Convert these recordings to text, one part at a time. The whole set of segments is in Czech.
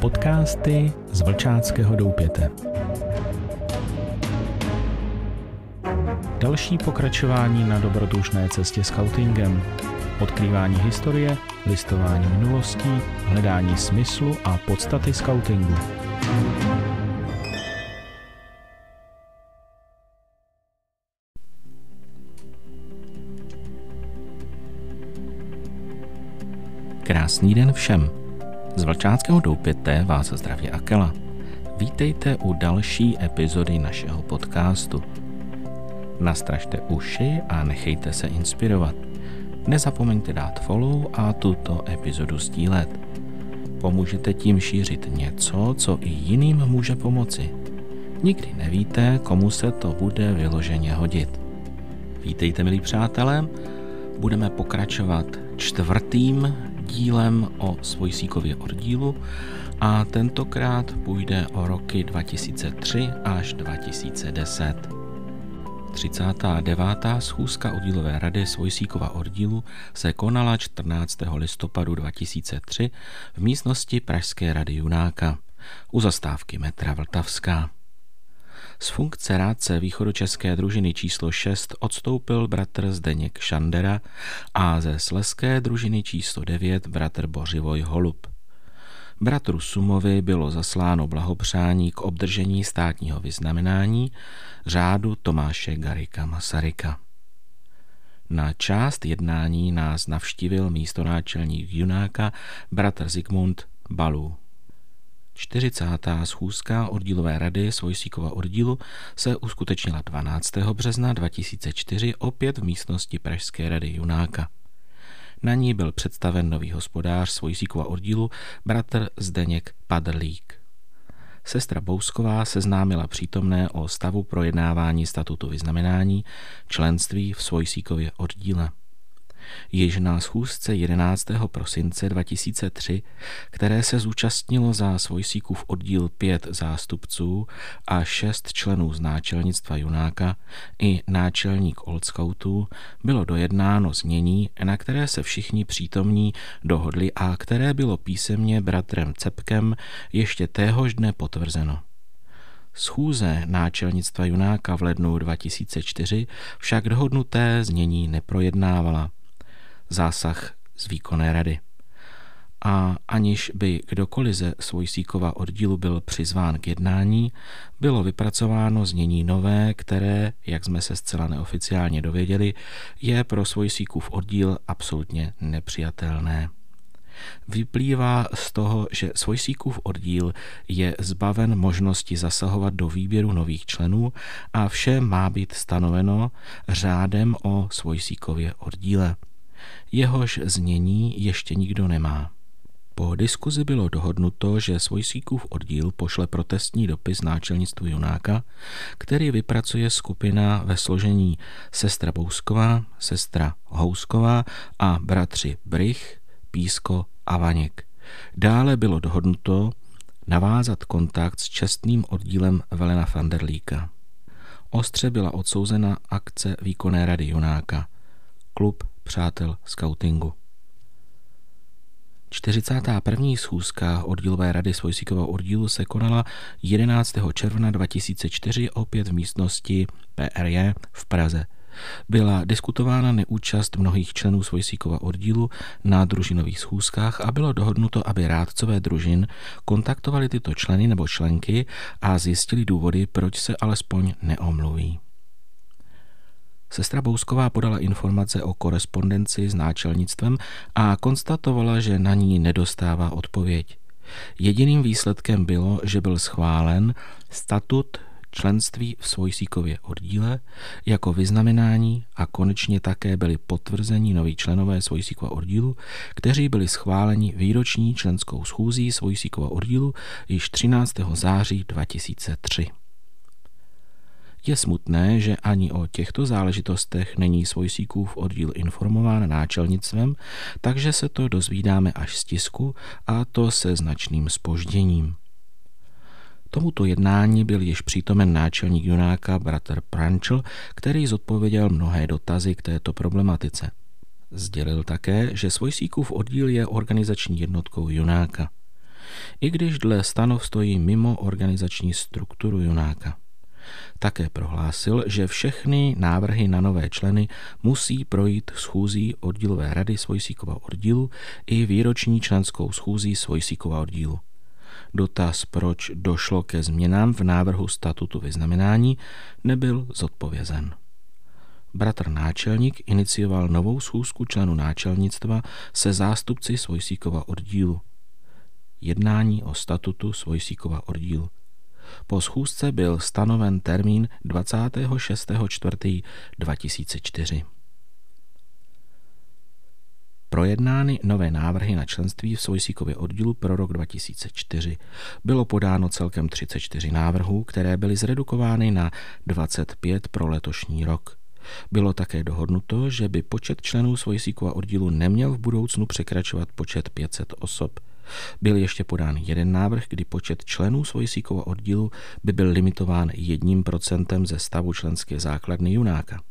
Podcasty z Vlčáckého doupěte. Další pokračování na dobrodružné cestě skautingem. Odkrývání historie, listování minulostí, hledání smyslu a podstaty skautingu. Krásný den všem. Z Vlčáckého doupěte vás zdraví Akela. Vítejte u další epizody našeho podcastu. Nastražte uši a nechejte se inspirovat. Nezapomeňte dát follow a tuto epizodu sdílet. Pomůžete tím šířit něco, co i jiným může pomoci. Nikdy nevíte, komu se to bude vyloženě hodit. Vítejte, milí přátelé. Budeme pokračovat 4. dílem o Svojsíkově oddílu a tentokrát půjde o roky 2003 až 2010. 39. schůzka oddílové rady Svojsíkova oddílu se konala 14. listopadu 2003 v místnosti Pražské rady Junáka u zastávky metra Vltavská. Z funkce rádce východočeské družiny číslo 6 odstoupil bratr Zdeněk Šandera a ze slezské družiny číslo 9 bratr Bořivoj Holub. Bratru Sumovi bylo zasláno blahopřání k obdržení státního vyznamenání řádu Tomáše Garrigua Masaryka. Na část jednání nás navštívil místonáčelník Junáka bratr Zikmund Balů. 40. schůzka oddílové rady Svojsíkova oddílu se uskutečnila 12. března 2004 opět v místnosti Pražské rady Junáka. Na ní byl představen nový hospodář Svojsíkova oddílu bratr Zdeněk Padrlík. Sestra Bousková seznámila přítomné o stavu projednávání statutu vyznamenání členství v Svojsíkově oddíle. Již na schůzce 11. prosince 2003, které se zúčastnilo za Svojsíkův oddíl 5 zástupců a 6 členů z náčelnictva Junáka i náčelník Old Scoutů, bylo dojednáno znění, na které se všichni přítomní dohodli a které bylo písemně bratrem Cepkem ještě téhož dne potvrzeno. Schůze náčelnictva Junáka v lednu 2004 však dohodnuté znění neprojednávala. Zásah z výkonné rady. A aniž by kdokoliv ze Svojsíkova oddílu byl přizván k jednání, bylo vypracováno znění nové, které, jak jsme se zcela neoficiálně dověděli, je pro Svojsíkův oddíl absolutně nepřijatelné. Vyplývá z toho, že Svojsíkův oddíl je zbaven možnosti zasahovat do výběru nových členů a vše má být stanoveno řádem o Svojsíkově oddíle. Jehož znění ještě nikdo nemá. Po diskuzi bylo dohodnuto, že Svojsíkův oddíl pošle protestní dopis náčelnictvu Junáka, který vypracuje skupina ve složení sestra Bousková, sestra Housková a bratři Brych, Písko a Vaněk. Dále bylo dohodnuto navázat kontakt s čestným oddílem Velena Fanderlíka. Ostře byla odsouzena akce výkonné rady Junáka, klub přátel skautingu. 41. schůzka oddílové rady Svojsíkova oddílu se konala 11. června 2004 opět v místnosti PRJ v Praze. Byla diskutována neúčast mnohých členů Svojsíkova oddílu na družinových schůzkách a bylo dohodnuto, aby rádcové družin kontaktovali tyto členy nebo členky a zjistili důvody, proč se alespoň neomluví. Sestra Bousková podala informace o korespondenci s náčelnictvem a konstatovala, že na ní nedostává odpověď. Jediným výsledkem bylo, že byl schválen statut členství v Svojsíkově oddíle jako vyznamenání a konečně také byli potvrzeni noví členové Svojsíkova oddílu, kteří byli schváleni výroční členskou schůzí Svojsíkova oddílu již 13. září 2003. Je smutné, že ani o těchto záležitostech není Svojsíkův oddíl informován náčelnictvem, takže se to dozvídáme až z tisku a to se značným zpožděním. Tomuto jednání byl již přítomen náčelník Junáka bratr Prančl, který zodpověděl mnohé dotazy k této problematice. Sdělil také, že Svojsíkův oddíl je organizační jednotkou Junáka. i když dle stanov stojí mimo organizační strukturu Junáka. Také prohlásil, že všechny návrhy na nové členy musí projít schůzí oddílové rady Svojsíkova oddílu i výroční členskou schůzí Svojsíkova oddílu. Dotaz, proč došlo ke změnám v návrhu statutu vyznamenání, nebyl zodpovězen. Bratr náčelník inicioval novou schůzku členů náčelnictva se zástupci Svojsíkova oddílu. Jednání o statutu Svojsíkova oddílu. Po schůzce byl stanoven termín 26.4.2004. Projednány nové návrhy na členství v Svojsíkově oddílu pro rok 2004. Bylo podáno celkem 34 návrhů, které byly zredukovány na 25 pro letošní rok. Bylo také dohodnuto, že by počet členů Svojsíkova oddílu neměl v budoucnu překračovat počet 500 osob. Byl ještě podán jeden návrh, kdy počet členů Svojsíkova oddílu by byl limitován 1% ze stavu členské základny Junáka.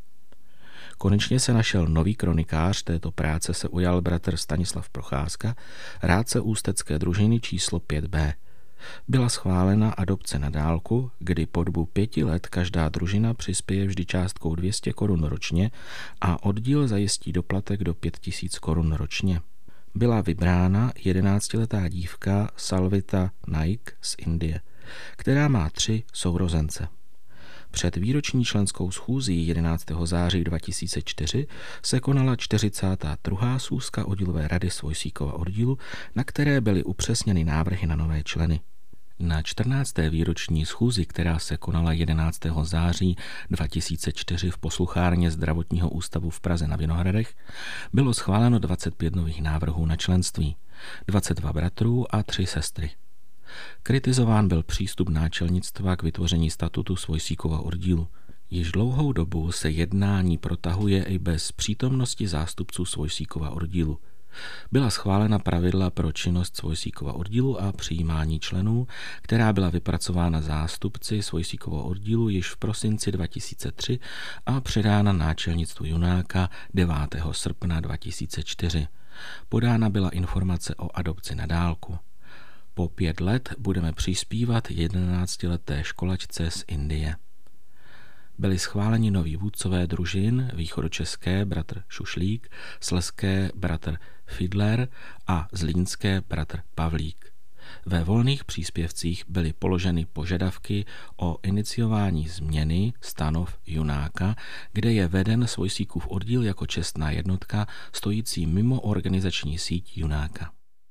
Konečně se našel nový kronikář, této práce se ujal bratr Stanislav Procházka, rádce ústecké družiny číslo 5B. Byla schválena adopce na dálku, kdy po dobu 5 let každá družina přispěje vždy částkou 200 korun ročně a oddíl zajistí doplatek do 5000 korun ročně. Byla vybrána 11letá dívka Salvita Naik z Indie, která má 3 sourozence. Před výroční členskou schůzí 11. září 2004 se konala 42. schůzka oddílové rady Svojsíkova oddílu, na které byly upřesněny návrhy na nové členy. Na 14. výroční schůzi, která se konala 11. září 2004 v posluchárně Zdravotního ústavu v Praze na Vinohradech, bylo schváleno 25 nových návrhů na členství, 22 bratrů a 3 sestry. Kritizován byl přístup náčelnictva k vytvoření statutu Svojsíkova oddílu. Již dlouhou dobu se jednání protahuje i bez přítomnosti zástupců Svojsíkova oddílu. Byla schválena pravidla pro činnost Svojsíkova oddílu a přijímání členů, která byla vypracována zástupci Svojsíkova oddílu již v prosinci 2003 a předána náčelnictvu Junáka 9. srpna 2004. Podána byla informace o adopci na dálku. Po 5 let budeme přispívat 11leté školačce z Indie. Byli schváleni noví vůdcové družin, východočeské bratr Šušlík, slezské bratr Fidler a zlínské bratr Pavlík. Ve volných příspěvcích byly položeny požadavky o iniciování změny stanov Junáka, kde je veden Svojsíkův oddíl jako čestná jednotka stojící mimo organizační síť Junáka.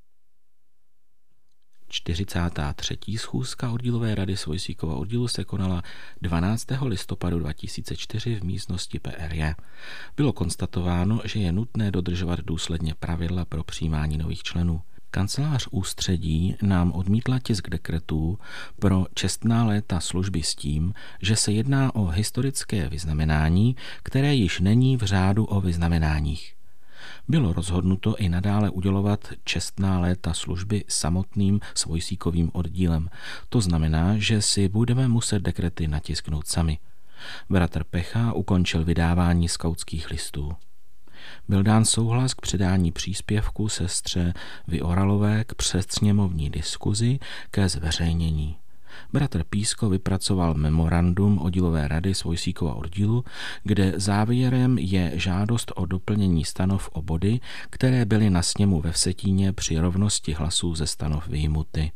43. schůzka oddílové rady Svojsíkova oddílu se konala 12. listopadu 2004 v místnosti PRJ. Bylo konstatováno, že je nutné dodržovat důsledně pravidla pro přijímání nových členů. Kancelář ústředí nám odmítla tisk dekretů pro čestná léta služby s tím, že se jedná o historické vyznamenání, které již není v řádu o vyznamenáních. Bylo rozhodnuto i nadále udělovat čestná léta služby samotným Svojsíkovým oddílem. To znamená, že si budeme muset dekrety natisknout sami. Bratr Pecha ukončil vydávání skautských listů. Byl dán souhlas k předání příspěvku sestře Vyoralové k předsněmovní diskuzi ke zveřejnění. Bratr Písko vypracoval memorandum oddílové rady Svojsíkova oddílu, kde závěrem je žádost o doplnění stanov o body, které byly na sněmu ve Vsetíně při rovnosti hlasů ze stanov vyjmuty.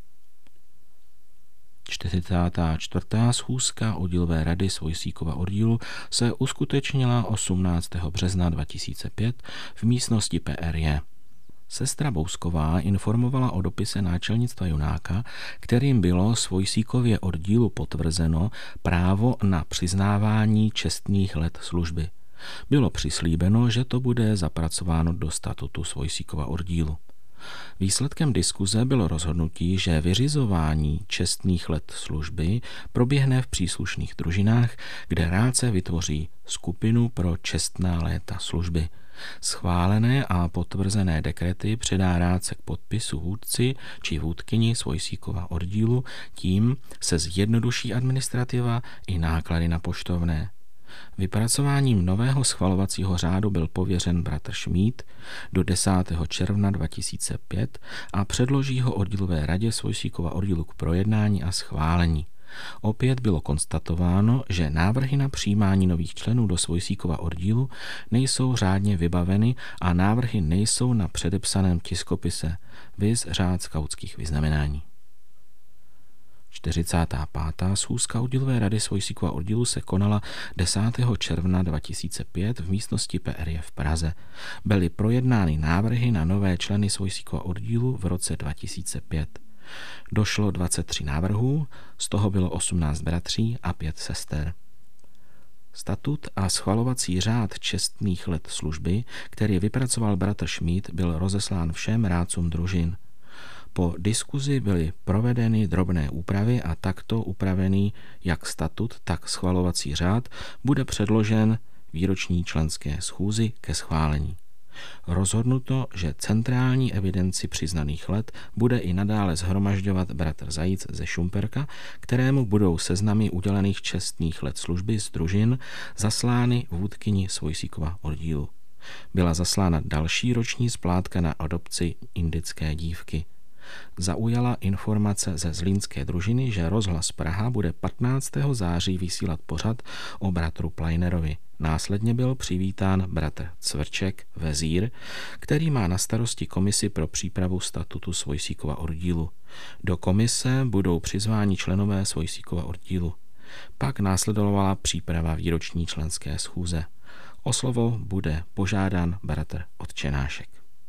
44. schůzka oddílové rady Svojsíkova oddílu se uskutečnila 18. března 2005 v místnosti PRJ. Sestra Bousková informovala o dopise náčelnictva Junáka, kterým bylo Svojsíkově oddílu potvrzeno právo na přiznávání čestných let služby. Bylo přislíbeno, že to bude zapracováno do statutu Svojsíkova oddílu. Výsledkem diskuze bylo rozhodnutí, že vyřizování čestných let služby proběhne v příslušných družinách, kde rádce vytvoří skupinu pro čestná léta služby. Schválené a potvrzené dekrety předá rádce k podpisu vůdci či vůdkyni Svojsíkova oddílu, tím se zjednoduší administrativa i náklady na poštovné. Vypracováním nového schvalovacího řádu byl pověřen bratr Šmíd do 10. června 2005 a předloží ho oddílové radě Svojsíkova oddílu k projednání a schválení. Opět bylo konstatováno, že návrhy na přijímání nových členů do Svojsíkova oddílu nejsou řádně vybaveny a návrhy nejsou na předepsaném tiskopise, viz řád skautských vyznamenání. 45. schůzka oddílové rady Svojsíkova oddílu se konala 10. června 2005 v místnosti PRJ v Praze. Byly projednány návrhy na nové členy Svojsíkova oddílu v roce 2005. Došlo 23 návrhů, z toho bylo 18 bratří a 5 sester. Statut a schvalovací řád čestných let služby, který vypracoval bratr Šmíd, byl rozeslán všem rádcům družin. Po diskuzi byly provedeny drobné úpravy a takto upravený jak statut, tak schvalovací řád bude předložen výroční členské schůzi ke schválení. Rozhodnuto, že centrální evidenci přiznaných let bude i nadále shromažďovat bratr Zajíc ze Šumperka, kterému budou seznamy udělených čestných let služby z družin zaslány vůdkyni Svojsíkova oddílu. Byla zaslána další roční splátka na adopci indické dívky. Zaujala informace ze zlínské družiny, že Rozhlas Praha bude 15. září vysílat pořad o bratru Plajnerovi. Následně byl přivítán bratr Cvrček Vezír, který má na starosti komisi pro přípravu statutu Svojsíkova oddílu. Do komise budou přizváni členové Svojsíkova oddílu. Pak následovala příprava výroční členské schůze. O slovo bude požádán bratr Otčenášek.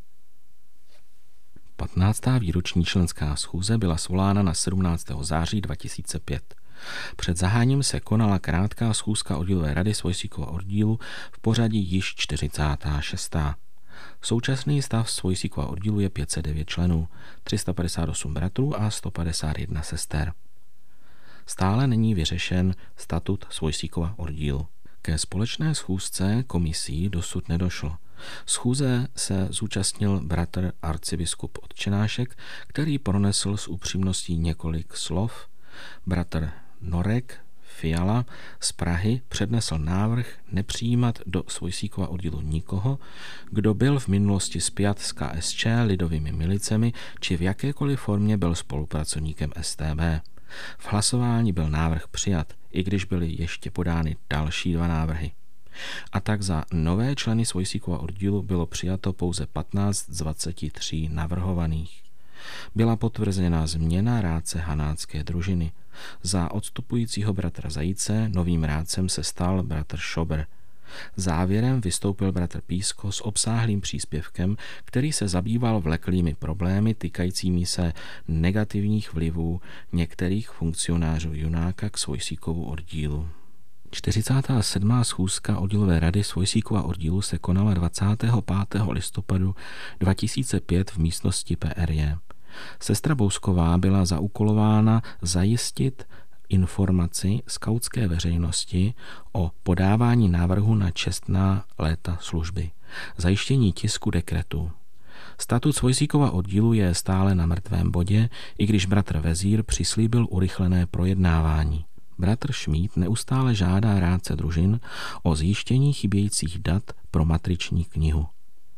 15. výroční členská schůze byla svolána na 17. září 2005. Před zahájením se konala krátká schůzka oddílové rady Svojsíkova oddílu v pořadí již 46. Současný stav Svojsíkova oddílu je 509 členů, 358 bratrů a 151 sester. Stále není vyřešen statut Svojsíkova oddílu. Ke společné schůzce komisí dosud nedošlo. Schůze se zúčastnil bratr arcibiskup Otčenášek, který pronesl s upřímností několik slov. Bratr Norek Fiala z Prahy přednesl návrh nepřijímat do Svojsíkova oddílu nikoho, kdo byl v minulosti spjat s KSČ, lidovými milicemi či v jakékoliv formě byl spolupracovníkem StB. V hlasování byl návrh přijat, i když byly ještě podány další 2 návrhy. A tak za nové členy Svojsíkova oddílu bylo přijato pouze 15 z 23 navrhovaných. Byla potvrzena změna rádce hanácké družiny. Za odstupujícího bratra Zajíce novým rádcem se stal bratr Šobr. Závěrem vystoupil bratr Písko s obsáhlým příspěvkem, který se zabýval vleklými problémy týkajícími se negativních vlivů některých funkcionářů Junáka k Svojsíkovu oddílu. 47. schůzka oddílové rady Svojsíkova oddílu se konala 25. listopadu 2005 v místnosti PRJ. Sestra Bousková byla zaúkolována zajistit informaci skautské veřejnosti o podávání návrhu na čestná léta služby, zajištění tisku dekretu. Statut Svojsíkova oddílu je stále na mrtvém bodě, i když bratr Vezír přislíbil urychlené projednávání. Bratr Šmíd neustále žádá rádce družin o zjištění chybějících dat pro matriční knihu.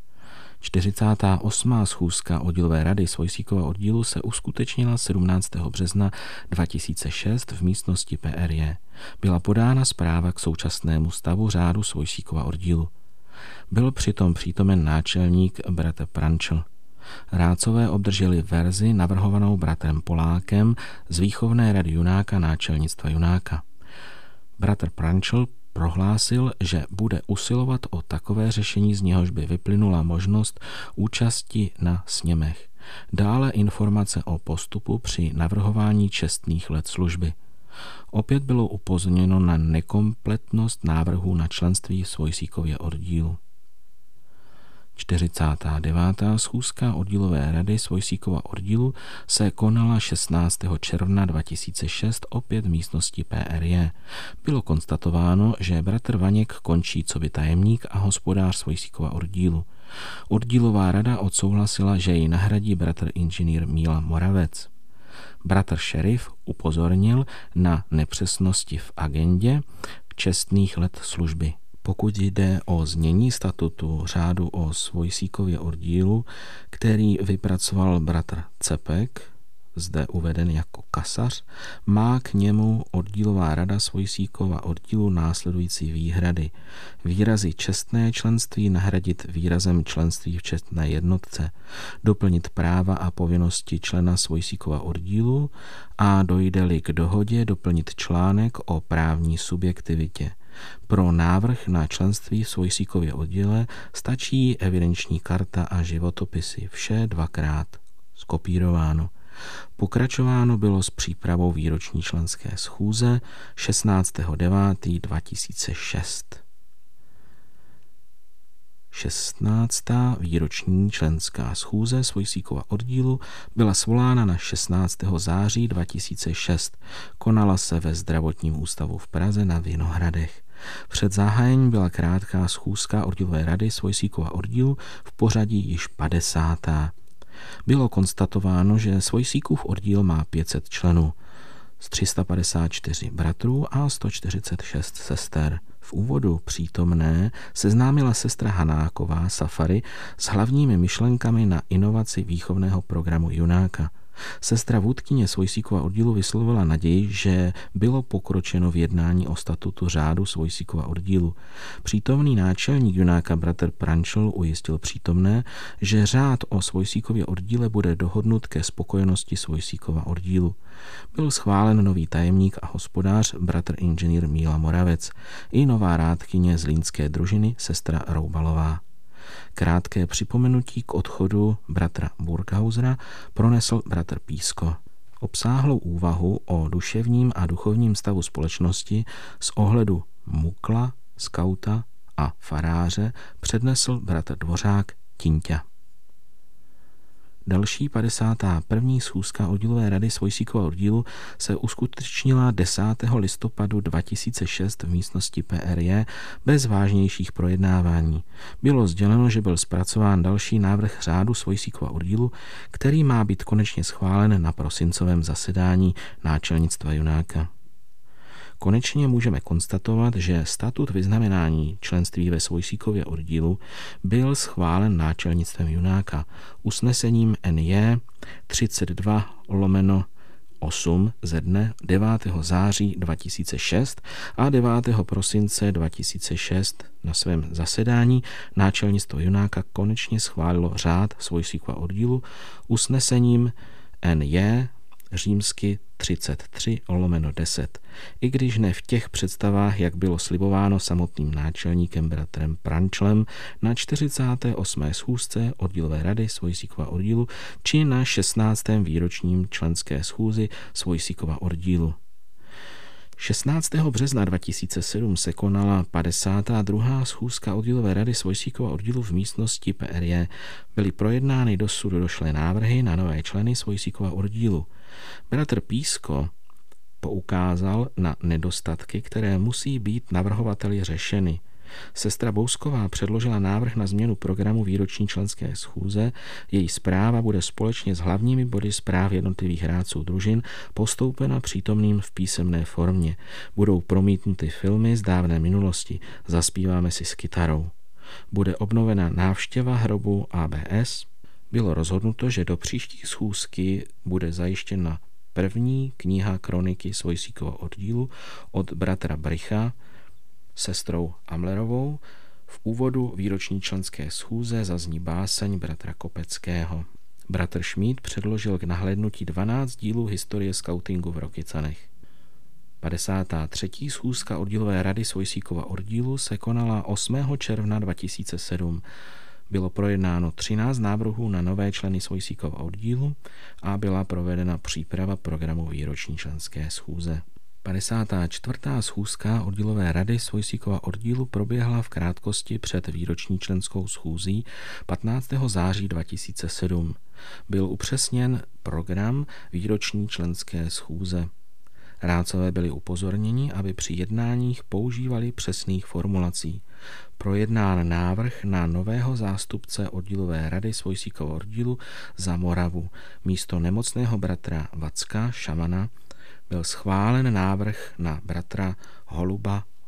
48. schůzka oddílové rady Svojsíkova oddílu se uskutečnila 17. března 2006 v místnosti PRJ. Byla podána zpráva k současnému stavu řádu Svojsíkova oddílu. Byl přitom přítomen náčelník bratr Prančl. Rádcové obdrželi verzi navrhovanou bratrem Polákem z výchovné rady Junáka náčelnictva Junáka. Bratr Prančl prohlásil, že bude usilovat o takové řešení, z něhož by vyplynula možnost účasti na sněmech. Dále informace o postupu při navrhování čestných let služby. Opět bylo upozorněno na nekompletnost návrhu na členství v Svojsíkově oddílu. 49. schůzka oddílové rady Svojsíkova oddílu se konala 16. června 2006 opět v místnosti PRJ. Bylo konstatováno, že bratr Vaněk končí coby tajemník a hospodář Svojsíkova oddílu. Oddílová rada odsouhlasila, že ji nahradí bratr inženýr Míla Moravec. Bratr šerif upozornil na nepřesnosti v agendě, čestných let služby. Pokud jde o znění statutu řádu o Svojsíkově oddílu, který vypracoval bratr Cepek, zde uveden jako kasař, má k němu oddílová rada Svojsíkova oddílu následující výhrady. Výrazy čestné členství nahradit výrazem členství v čestné jednotce, doplnit práva a povinnosti člena Svojsíkova oddílu a dojde-li k dohodě doplnit článek o právní subjektivitě. Pro návrh na členství v Svojsíkově oddíle stačí evidenční karta a životopisy, vše 2krát. Skopírováno. Pokračováno bylo s přípravou výroční členské schůze 16.9.2006. 16. výroční členská schůze Svojsíkova oddílu byla svolána na 16. září 2006. Konala se ve Zdravotním ústavu v Praze na Vinohradech. Před zahájením byla krátká schůzka oddílové rady Svojsíkova oddílu v pořadí již 50. Bylo konstatováno, že Svojsíkův oddíl má 500 členů, z 354 bratrů a 146 sester. V úvodu přítomné seznámila sestra Hanáková Safari s hlavními myšlenkami na inovaci výchovného programu Junáka. Sestra vůdkyně Svojsíkova oddílu vyslovila naději, že bylo pokročeno v jednání o statutu řádu Svojsíkova oddílu. Přítomný náčelník Junáka bratr Prančl ujistil přítomné, že řád o Svojsíkově oddíle bude dohodnut ke spokojenosti Svojsíkova oddílu. Byl schválen nový tajemník a hospodář bratr inženýr Míla Moravec i nová rádkyně zlínské družiny sestra Roubalová. Krátké připomenutí k odchodu bratra Burghausera pronesl bratr Písko. Obsáhlou úvahu o duševním a duchovním stavu společnosti z ohledu mukla, skauta a faráře přednesl bratr Dvořák Tinťa. Další 51. schůzka oddílové rady Svojsíkova oddílu se uskutečnila 10. listopadu 2006 v místnosti PRJ bez vážnějších projednávání. Bylo sděleno, že byl zpracován další návrh řádu Svojsíkova oddílu, který má být konečně schválen na prosincovém zasedání náčelnictva Junáka. Konečně můžeme konstatovat, že statut vyznamenání členství ve Svojsíkově oddílu byl schválen náčelnictvem Junáka usnesením NJ 32/8 ze dne 9. září 2006 a 9. prosince 2006 na svém zasedání náčelnictvo Junáka konečně schválilo řád Svojsíkova oddílu usnesením NJ římsky 33/10, i když ne v těch představách, jak bylo slibováno samotným náčelníkem bratrem Prančlem na 48. schůzce oddílové rady Svojsíkova oddílu či na 16. výročním členské schůzi Svojsíkova oddílu. 16. března 2007 se konala 52. schůzka oddílové rady Svojsíkova oddílu v místnosti PRJ. Byly projednány dosud došlé návrhy na nové členy Svojsíkova oddílu. Bratr Písko poukázal na nedostatky, které musí být navrhovateli řešeny. Sestra Bousková předložila návrh na změnu programu výroční členské schůze. Její zpráva bude společně s hlavními body zpráv jednotlivých rádců družin postoupena přítomným v písemné formě. Budou promítnuty filmy z dávné minulosti. Zaspíváme si s kytarou. Bude obnovena návštěva hrobu ABS. Bylo rozhodnuto, že do příští schůzky bude zajištěna první kniha kroniky Svojsíkova oddílu od bratra Bricha sestrou Amlerovou. V úvodu výroční členské schůze zazní báseň bratra Kopeckého. Bratr Šmíd předložil k nahlédnutí 12 dílů historie skautingu v Rokycanech. 53. schůzka oddílové rady Svojsíkova oddílu se konala 8. června 2007. Bylo projednáno 13 návrhů na nové členy Svojsíkova oddílu a byla provedena příprava programu výroční členské schůze. 54. schůzka oddílové rady Svojsíkova oddílu proběhla v krátkosti před výroční členskou schůzí 15. září 2007. Byl upřesněn program výroční členské schůze. Rádcové byli upozorněni, aby při jednáních používali přesných formulací. Projednán návrh na nového zástupce oddílové rady Svojsíkova oddílu za Moravu. Místo nemocného bratra Vacka, šamana, byl schválen návrh na bratra Holuba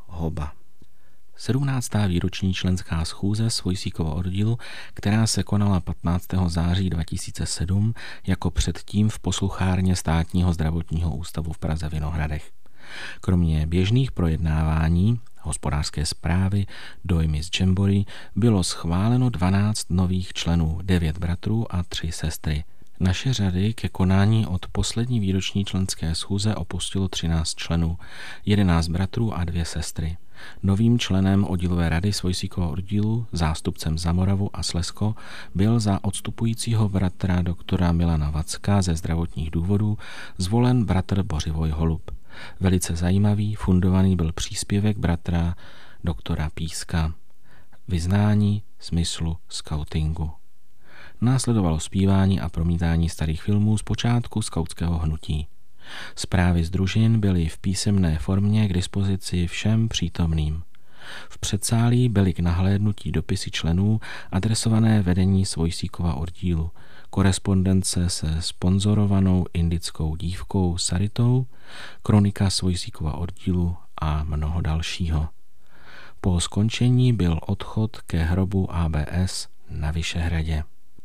Hoba. 17. výroční členská schůze Svojsíkova oddílu, která se konala 15. září 2007 jako předtím v posluchárně Státního zdravotního ústavu v Praze Vinohradech. Kromě běžných projednávání, hospodářské zprávy, dojmy z Jamboree bylo schváleno 12 nových členů, 9 bratrů a 3 sestry. Naše řady ke konání od poslední výroční členské schůze opustilo 13 členů, 11 bratrů a 2 sestry. Novým členem oddílové rady Svojsíkova oddílu, zástupcem za Moravu a Slezsko, byl za odstupujícího bratra doktora Milana Vacka ze zdravotních důvodů zvolen bratr Bořivoj Holub. Velice zajímavý, fundovaný byl příspěvek bratra doktora Píska. Vyznání smyslu skautingu. Následovalo zpívání a promítání starých filmů z počátku skautského hnutí. Zprávy z družin byly v písemné formě k dispozici všem přítomným. V předsálí byly k nahlédnutí dopisy členů adresované vedení Svojsíkova oddílu, korespondence se sponzorovanou indickou dívkou Saritou, kronika Svojsíkova oddílu a mnoho dalšího. Po skončení byl odchod ke hrobu ABS na Vyšehradě.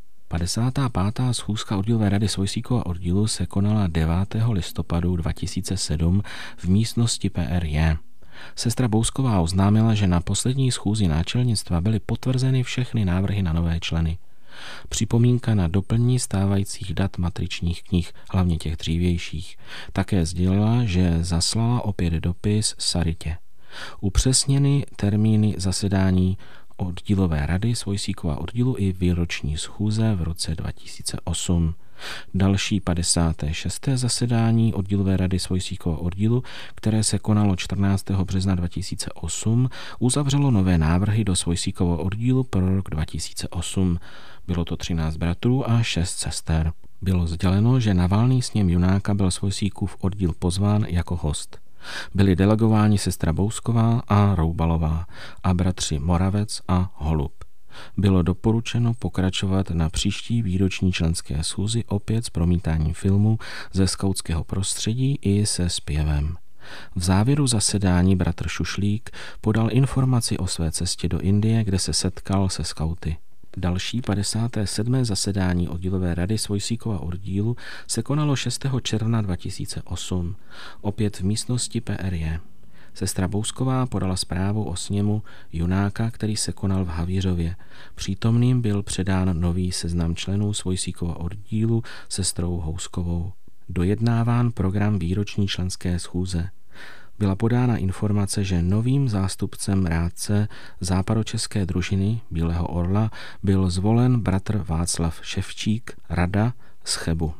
55. schůzka oddílové rady Svojsíkova oddílu se konala 9. listopadu 2007 v místnosti PRJ. Sestra Bousková oznámila, že na poslední schůzi náčelnictva byly potvrzeny všechny návrhy na nové členy. Připomínka na doplnění stávajících dat matričních knih, hlavně těch dřívějších. Také sdělila, že zaslala opět dopis Saritě. Upřesněny termíny zasedání oddílové rady Svojsíkova oddílu i výroční schůze v roce 2008. Další 56. zasedání oddílové rady Svojsíkova oddílu, které se konalo 14. března 2008, uzavřelo nové návrhy do Svojsíkova oddílu pro rok 2008. Bylo to 13 bratrů a 6 sester. Bylo sděleno, že na valný sněm Junáka byl Svojsíkův oddíl pozván jako host. Byli delegováni sestra Bousková a Roubalová a bratři Moravec a Holub. Bylo doporučeno pokračovat na příští výroční členské schůzi opět s promítáním filmu ze skautského prostředí i se zpěvem. V závěru zasedání bratr Šušlík podal informaci o své cestě do Indie, kde se setkal se skauty. Další 57. zasedání oddílové rady Svojsíkova oddílu se konalo 6. června 2008, opět v místnosti PRJ. Sestra Bousková podala zprávu o sněmu Junáka, který se konal v Havířově. Přítomným byl předán nový seznam členů Svojsíkova oddílu sestrou Houskovou. Dojednáván program výroční členské schůze. Byla podána informace, že novým zástupcem rádce západočeské družiny Bílého orla byl zvolen bratr Václav Ševčík, rada z Chebu.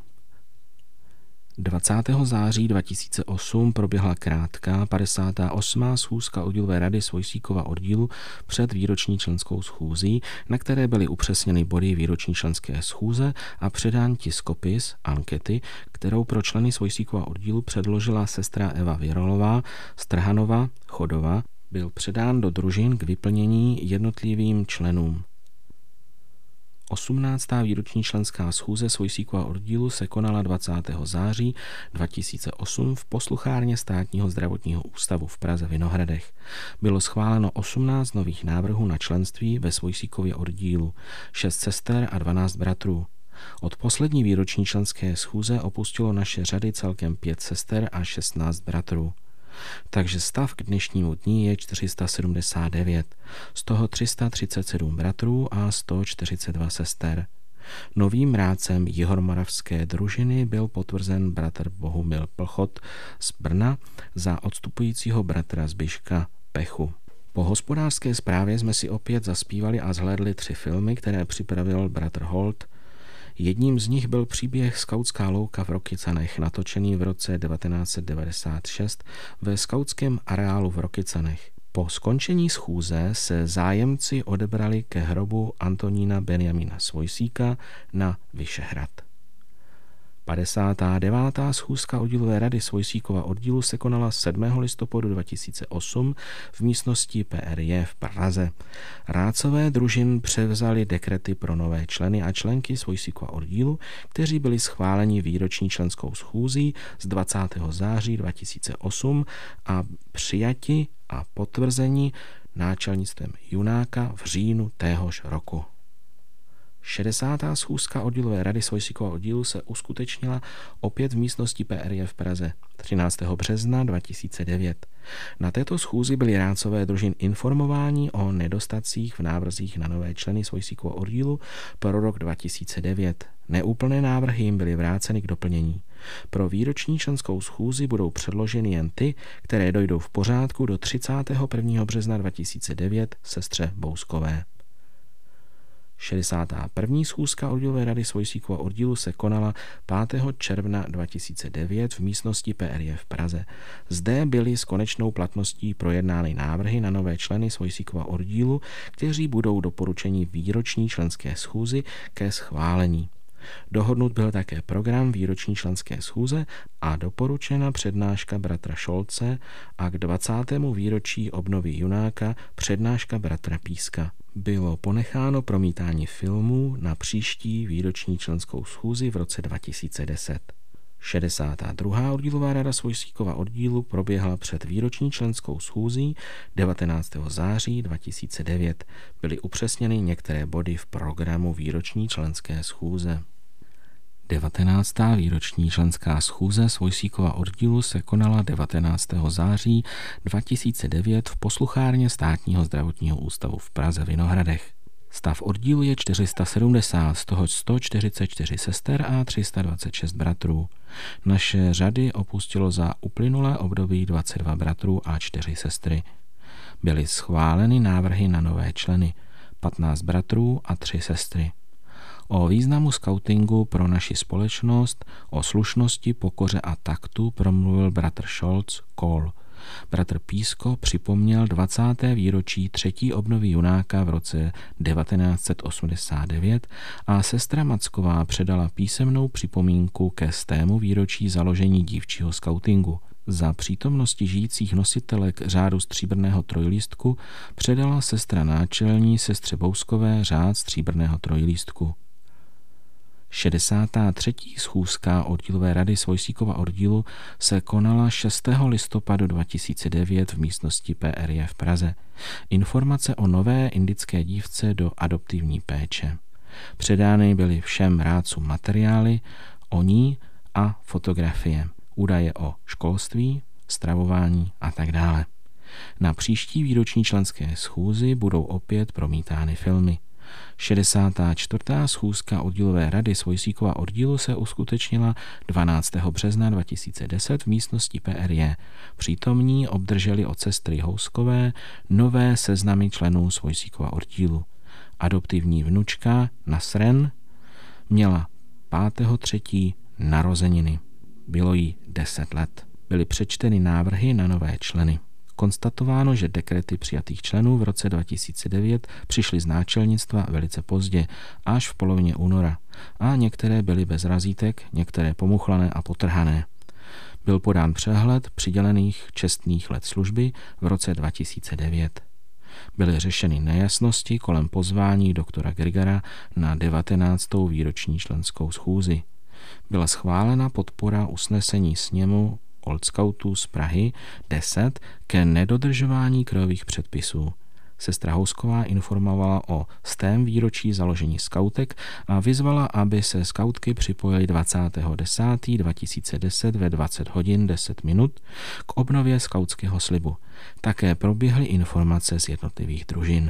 20. září 2008 proběhla krátká 58. schůzka oddílové rady Svojsíkova oddílu před výroční členskou schůzí, na které byly upřesněny body výroční členské schůze a předán tiskopis, ankety, kterou pro členy Svojsíkova oddílu předložila sestra Eva Věrolová z Trhanova Chodova, byl předán do družin k vyplnění jednotlivým členům. 18. výroční členská schůze Svojsíkova oddílu se konala 20. září 2008 v posluchárně Státního zdravotního ústavu v Praze Vinohradech. Bylo schváleno 18 nových návrhů na členství ve Svojsíkově oddílu, 6 sester a 12 bratrů. Od poslední výroční členské schůze opustilo naše řady celkem 5 sester a 16 bratrů. Takže stav k dnešnímu dní je 479, z toho 337 bratrů a 142 sester. Novým rádcem jihomoravské družiny byl potvrzen bratr Bohumil Plchot z Brna za odstupujícího bratra Zbyška Pechu. Po hospodářské zprávě jsme si opět zaspívali a zhlédli 3 filmy, které připravil bratr Holt. Jedním z nich byl příběh Skautská louka v Rokycanech, natočený v roce 1996 ve skautském areálu v Rokycanech. Po skončení schůze se zájemci odebrali ke hrobu Antonína Benjamína Svojsíka na Vyšehrad. 59. schůzka oddílové rady Svojsíkova oddílu se konala 7. listopadu 2008 v místnosti PRJ v Praze. Rádcové družin převzali dekrety pro nové členy a členky Svojsíkova oddílu, kteří byli schváleni výroční členskou schůzí z 20. září 2008 a přijati a potvrzení náčelnictvem Junáka v říjnu téhož roku. 60. schůzka oddílové rady Svojsíkova oddílu se uskutečnila opět v místnosti PRJ v Praze 13. března 2009. Na této schůzi byli rádcové družin informováni o nedostatcích v návrzích na nové členy Svojsíkova oddílu pro rok 2009. Neúplné návrhy jim byly vráceny k doplnění. Pro výroční členskou schůzi budou předloženy jen ty, které dojdou v pořádku do 31. března 2009 sestře Bouskové. 61. schůzka oddílové rady Svojsíkova oddílu se konala 5. června 2009 v místnosti PRJ v Praze. Zde byly s konečnou platností projednány návrhy na nové členy Svojsíkova oddílu, kteří budou doporučeni výroční členské schůzi ke schválení. Dohodnut byl také program výroční členské schůze a doporučena přednáška bratra Šolce a k 20. výročí obnovy Junáka přednáška bratra Píska. Bylo ponecháno promítání filmů na příští výroční členskou schůzi v roce 2010. 62. oddílová rada Svojsíkova oddílu proběhla před výroční členskou schůzí 19. září 2009. Byly upřesněny některé body v programu výroční členské schůze. 19. výroční členská schůze Svojsíkova oddílu se konala 19. září 2009 v posluchárně Státního zdravotního ústavu v Praze Vinohradech. Stav oddílu je 470, z toho 144 sester a 326 bratrů. Naše řady opustilo za uplynulé období 22 bratrů a 4 sestry. Byly schváleny návrhy na nové členy, 15 bratrů a 3 sestry. O významu skautingu pro naši společnost, o slušnosti, pokoře a taktu promluvil bratr Scholz Kohl. Bratr Písko připomněl 20. výročí 3. obnovy Junáka v roce 1989 a sestra Macková předala písemnou připomínku ke 100. výročí založení dívčího skautingu. Za přítomnosti žijících nositelek řádu stříbrného trojlístku předala sestra náčelní sestře Bouskové řád stříbrného trojlístku. 63. schůzka oddílové rady Svojsíkova oddílu se konala 6. listopadu 2009 v místnosti PRJ v Praze. Informace o nové indické dívce do adoptivní péče. Předány byly všem rádcům materiály o ní a fotografie, údaje o školství, stravování a tak dále. Na příští výroční členské schůzi budou opět promítány filmy. 64. schůzka oddílové rady Svojsíkova oddílu se uskutečnila 12. března 2010 v místnosti PRJ. Přítomní obdrželi od sestry Houskové nové seznamy členů Svojsíkova oddílu. Adoptivní vnučka Nasren měla 5.3. narozeniny. Bylo jí 10 let. Byly přečteny návrhy na nové členy. Konstatováno, že dekrety přijatých členů v roce 2009 přišly z náčelnictva velice pozdě, až v polovině února, a některé byly bez razítek, některé pomuchlané a potrhané. Byl podán přehled přidělených čestných let služby v roce 2009. Byly řešeny nejasnosti kolem pozvání doktora Grigara na 19. výroční členskou schůzi. Byla schválena podpora usnesení sněmu Old Scoutů z Prahy 10 ke nedodržování krajových předpisů. Sestra Housková informovala o 100. výročí založení skautek a vyzvala, aby se skautky připojily 20.10.2010 ve 20 hodin 10 minut k obnově skautského slibu. Také proběhly informace z jednotlivých družin.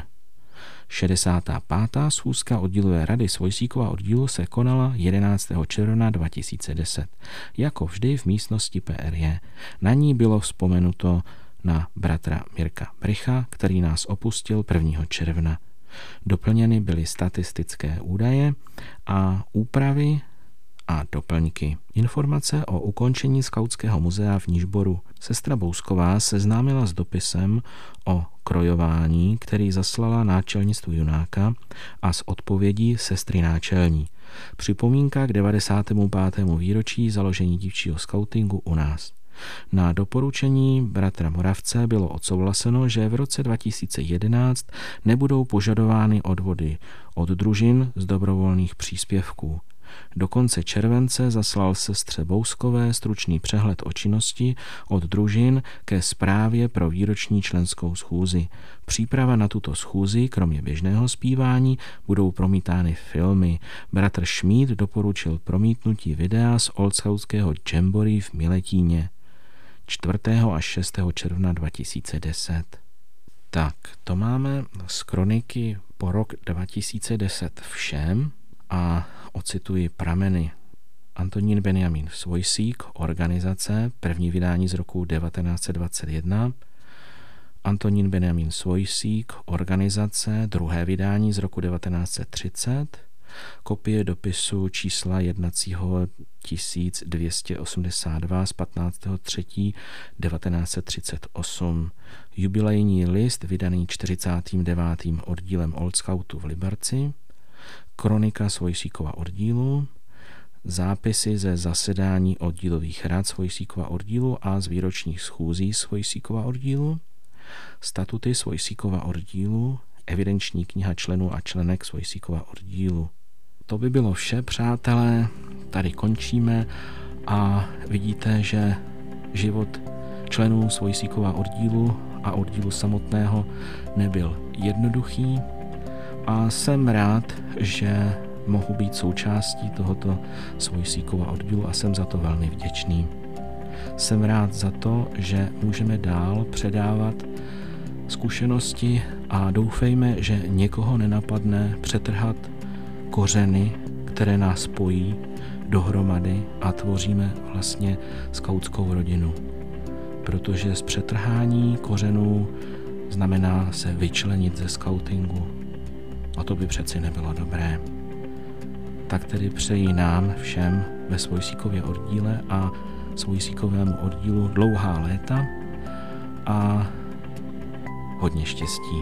65. schůzka oddílové rady Svojsíkova oddílu se konala 11. června 2010. Jako vždy v místnosti PRJ. Na ní bylo vzpomenuto na bratra Mirka Bricha, který nás opustil 1. června. Doplněny byly statistické údaje a úpravy a doplňky. Informace o ukončení skautského muzea v Nižboru. Sestra Bousková seznámila s dopisem o krojování, který zaslala náčelnictvu Junáka, a s odpovědí sestry náčelní. Připomínka k 95. výročí založení dívčího skautingu u nás. Na doporučení bratra Moravce bylo odsouhlaseno, že v roce 2011 nebudou požadovány odvody od družin z dobrovolných příspěvků. Do konce července zaslal sestře Bouskové stručný přehled o činnosti od družin ke zprávě pro výroční členskou schůzi. Příprava na tuto schůzi, kromě běžného zpívání, budou promítány filmy. Bratr Šmíd doporučil promítnutí videa z Oldskautského jamboree v Miletíně 4. až 6. června 2010. Tak, to máme z kroniky po rok 2010 všem a ocituji prameny. Antonín Benjamin Svojsík, organizace, první vydání z roku 1921. Antonín Benjamin Svojsík, organizace, druhé vydání z roku 1930. Kopie dopisu čísla jednacího 1282 z 15.3.1938. Jubilejní list vydaný 49. oddílem Old Scoutu v Liberci. Kronika Svojsíkova oddílu. Zápisy ze zasedání oddílových rad Svojsíkova oddílu a z výročních schůzí Svojsíkova oddílu. Statuty Svojsíkova oddílu. Evidenční kniha členů a členek Svojsíkova oddílu. To by bylo vše, přátelé. Tady končíme a vidíte, že život členů Svojsíkova oddílu a oddílu samotného nebyl jednoduchý a jsem rád, že mohu být součástí tohoto Svojsíkova oddílu a jsem za to velmi vděčný. Jsem rád za to, že můžeme dál předávat zkušenosti a doufejme, že někoho nenapadne přetrhat kořeny, které nás spojí dohromady a tvoříme vlastně skautskou rodinu. Protože z přetrhání kořenů znamená se vyčlenit ze skautingu. A to by přeci nebylo dobré. Tak tedy přeji nám všem ve Svojsíkově oddíle a Svojsíkovému oddílu dlouhá léta a hodně štěstí.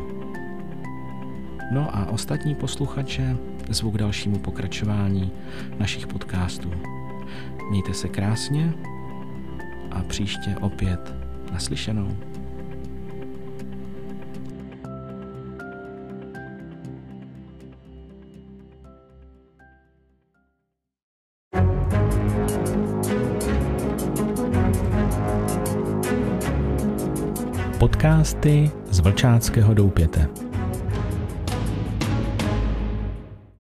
No a ostatní posluchače zvu k dalšímu pokračování našich podcastů. Mějte se krásně a příště opět naslyšenou. Podcasty z Vlčáckého doupěte.